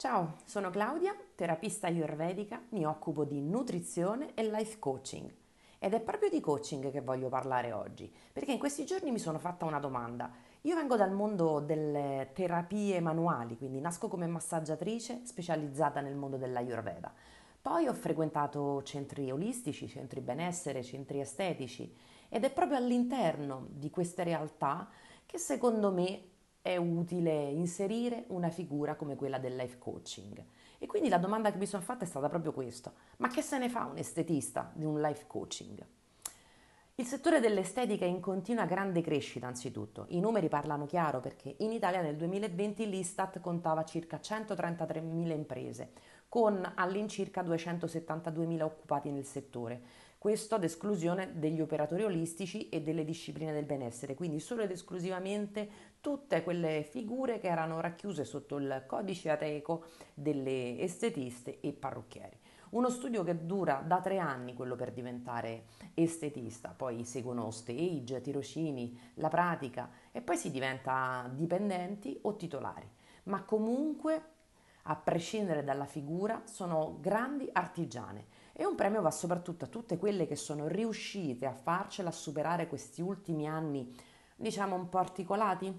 Ciao, sono Claudia, terapista ayurvedica, mi occupo di nutrizione e life coaching. Ed è proprio di coaching che voglio parlare oggi, perché in questi giorni mi sono fatta una domanda. Io vengo dal mondo delle terapie manuali, quindi nasco come massaggiatrice specializzata nel mondo dell'ayurveda. Poi ho frequentato centri olistici, centri benessere, centri estetici ed è proprio all'interno di queste realtà che secondo me è utile inserire una figura come quella del life coaching. E quindi la domanda che mi sono fatta è stata proprio questa: ma che se ne fa un estetista di un life coaching? Il settore dell'estetica è in continua grande crescita anzitutto. I numeri parlano chiaro perché in Italia nel 2020 l'Istat contava circa 133.000 imprese, con all'incirca 272.000 occupati nel settore. Questo ad esclusione degli operatori olistici e delle discipline del benessere, quindi solo ed esclusivamente tutte quelle figure che erano racchiuse sotto il codice Ateco delle estetiste e parrucchieri. Uno studio che dura da 3 anni, quello per diventare estetista, poi seguono stage, tirocini, la pratica e poi si diventa dipendenti o titolari. Ma comunque, a prescindere dalla figura, sono grandi artigiane e un premio va soprattutto a tutte quelle che sono riuscite a farcela a superare questi ultimi anni, diciamo un po' articolati.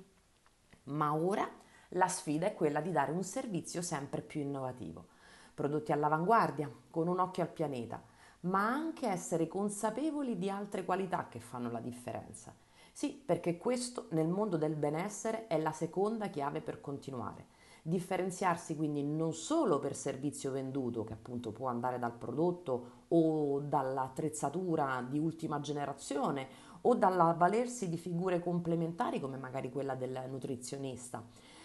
Ma ora la sfida è quella di dare un servizio sempre più innovativo, prodotti all'avanguardia, con un occhio al pianeta, ma anche essere consapevoli di altre qualità che fanno la differenza. Sì, perché questo nel mondo del benessere è la seconda chiave per continuare. Differenziarsi quindi non solo per servizio venduto, che appunto può andare dal prodotto o dall'attrezzatura di ultima generazione o dall'avvalersi di figure complementari come magari quella del nutrizionista,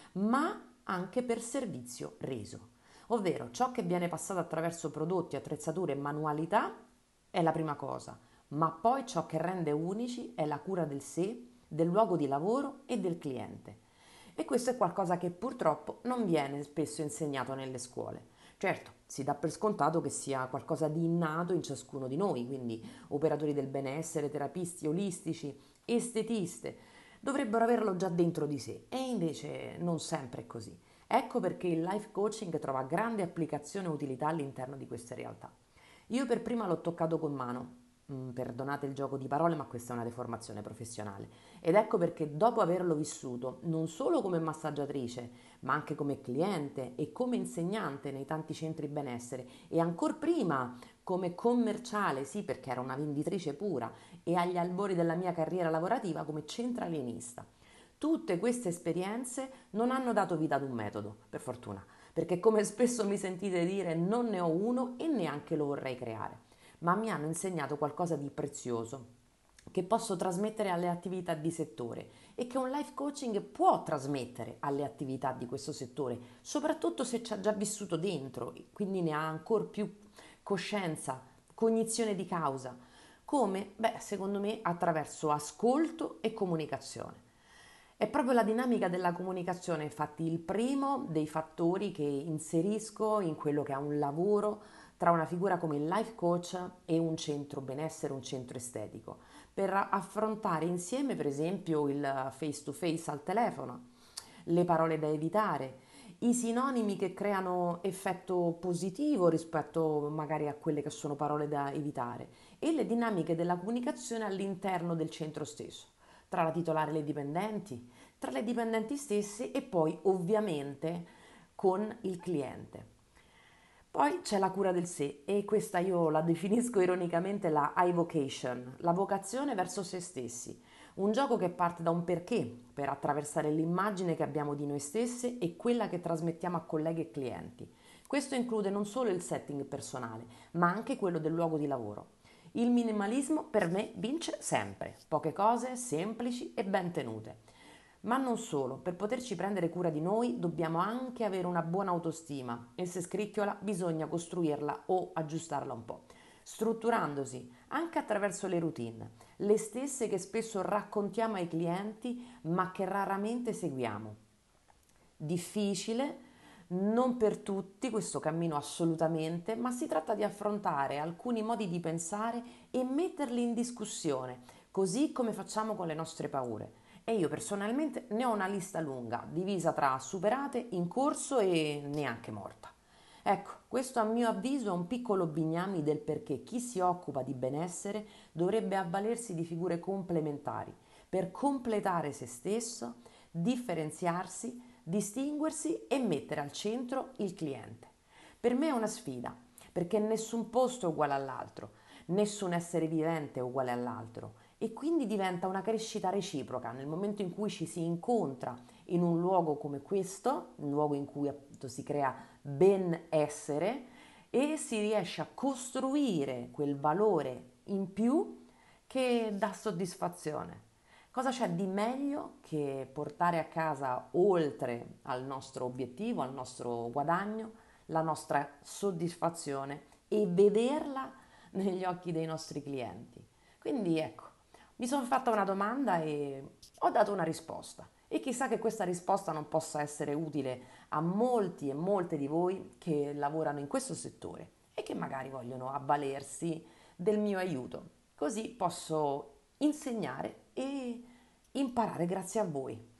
ma anche per servizio reso. Ovvero ciò che viene passato attraverso prodotti, attrezzature e manualità è la prima cosa, ma poi ciò che rende unici è la cura del sé, del luogo di lavoro e del cliente. E questo è qualcosa che purtroppo non viene spesso insegnato nelle scuole. Certo, si dà per scontato che sia qualcosa di innato in ciascuno di noi, quindi operatori del benessere, terapisti olistici, estetiste, dovrebbero averlo già dentro di sé e invece non sempre è così. Ecco perché il life coaching trova grande applicazione e utilità all'interno di queste realtà. Io per prima l'ho toccato con mano, perdonate il gioco di parole, ma questa è una deformazione professionale. Ed ecco perché dopo averlo vissuto, non solo come massaggiatrice, ma anche come cliente e come insegnante nei tanti centri benessere e ancora prima come commerciale, sì, perché era una venditrice pura, e agli albori della mia carriera lavorativa come centralinista. Tutte queste esperienze non hanno dato vita ad un metodo, per fortuna, perché come spesso mi sentite dire non ne ho uno e neanche lo vorrei creare, ma mi hanno insegnato qualcosa di prezioso che posso trasmettere alle attività di settore e che un life coaching può trasmettere alle attività di questo settore, soprattutto se ci ha già vissuto dentro, quindi ne ha ancora più coscienza, cognizione di causa. Come? Beh, secondo me attraverso ascolto e comunicazione. È proprio la dinamica della comunicazione, infatti, il primo dei fattori che inserisco in quello che è un lavoro tra una figura come il life coach e un centro benessere, un centro estetico, per affrontare insieme, per esempio, il face to face al telefono, le parole da evitare, i sinonimi che creano effetto positivo rispetto magari a quelle che sono parole da evitare e le dinamiche della comunicazione all'interno del centro stesso, tra la titolare e le dipendenti, tra le dipendenti stesse e poi ovviamente con il cliente. Poi c'è la cura del sé e questa io la definisco ironicamente la high vocation, la vocazione verso se stessi, un gioco che parte da un perché per attraversare l'immagine che abbiamo di noi stesse e quella che trasmettiamo a colleghi e clienti. Questo include non solo il setting personale, ma anche quello del luogo di lavoro. Il minimalismo per me vince sempre, poche cose semplici e ben tenute. Ma non solo, per poterci prendere cura di noi dobbiamo anche avere una buona autostima e se scricchiola bisogna costruirla o aggiustarla un po', strutturandosi anche attraverso le routine, le stesse che spesso raccontiamo ai clienti ma che raramente seguiamo. Difficile, non per tutti questo cammino assolutamente, ma si tratta di affrontare alcuni modi di pensare e metterli in discussione, così come facciamo con le nostre paure. E io personalmente ne ho una lista lunga, divisa tra superate, in corso e neanche morta. Ecco, questo a mio avviso è un piccolo bignami del perché chi si occupa di benessere dovrebbe avvalersi di figure complementari per completare se stesso, differenziarsi, distinguersi e mettere al centro il cliente. Per me è una sfida, perché nessun posto è uguale all'altro, nessun essere vivente è uguale all'altro e quindi diventa una crescita reciproca nel momento in cui ci si incontra in un luogo come questo, un luogo in cui appunto si crea benessere e si riesce a costruire quel valore in più che dà soddisfazione. Cosa c'è di meglio che portare a casa, oltre al nostro obiettivo, al nostro guadagno, la nostra soddisfazione e vederla negli occhi dei nostri clienti? Quindi ecco, mi sono fatta una domanda e ho dato una risposta. E chissà che questa risposta non possa essere utile a molti e molte di voi che lavorano in questo settore e che magari vogliono avvalersi del mio aiuto. Così posso insegnare e imparare grazie a voi.